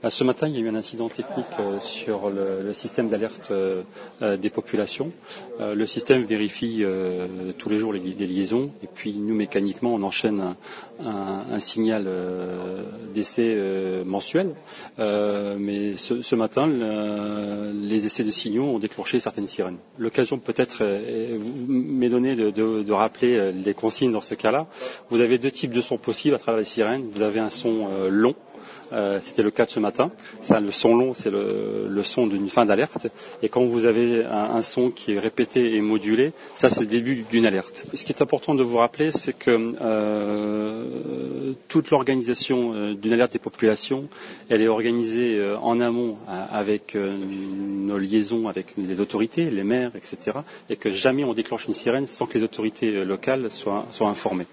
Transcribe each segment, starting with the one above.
Ce matin, il y a eu un incident technique sur le système d'alerte des populations. Le système vérifie tous les jours les liaisons et puis nous, mécaniquement, on enchaîne un signal d'essai mensuel. Mais ce matin, les essais de signaux ont déclenché certaines sirènes. L'occasion peut-être m'est donnée de rappeler les consignes dans ce cas-là. Vous avez deux types de sons possibles à travers les sirènes. Vous avez un son long. C'était le cas de ce matin. Le son long, c'est le son d'une fin d'alerte. Et quand vous avez un son qui est répété et modulé, ça c'est le début d'une alerte. Ce qui est important de vous rappeler, c'est que toute l'organisation d'une alerte des populations, elle est organisée en amont avec nos liaisons avec les autorités, les maires, etc. Et que jamais on déclenche une sirène sans que les autorités locales soient informées.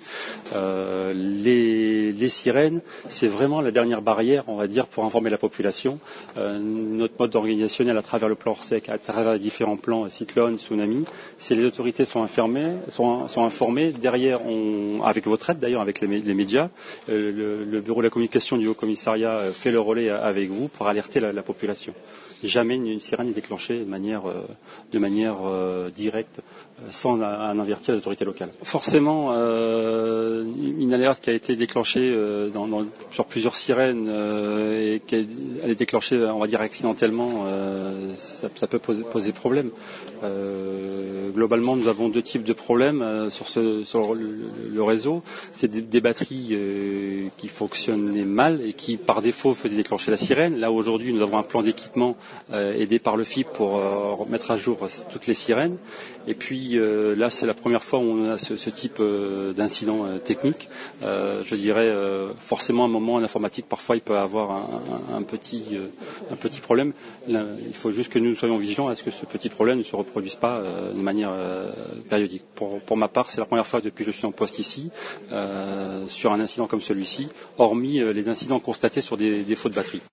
Les sirènes, c'est vraiment la dernière barrière, on va dire, pour informer la population. Notre mode organisationnel à travers le plan Orsec, à travers les différents plans cyclones, tsunamis, c'est les autorités sont informées. Derrière, avec votre aide d'ailleurs, avec les médias, le bureau de la communication du Haut Commissariat fait le relais avec vous pour alerter la population. Jamais une sirène n'est déclenchée de manière directe, sans en avertir les autorités locales. Forcément, une alerte qui a été déclenchée sur plusieurs sirènes et qu'elle est déclenchée, on va dire accidentellement, ça peut poser problème. Globalement, nous avons deux types de problèmes sur le réseau. C'est des batteries qui fonctionnaient mal et qui, par défaut, faisaient déclencher la sirène. Là, aujourd'hui, nous avons un plan d'équipement aidé par le FIP pour mettre à jour toutes les sirènes. Et puis là, c'est la première fois où on a ce type d'incident technique. Je dirais forcément, à un moment en informatique, parfois, il peut y avoir un petit problème. Là, il faut juste que nous soyons vigilants à ce que ce petit problème ne se reproduise pas de manière périodique. Pour ma part, c'est la première fois depuis que je suis en poste ici sur un incident comme celui-ci, hormis les incidents constatés sur des défauts de batterie.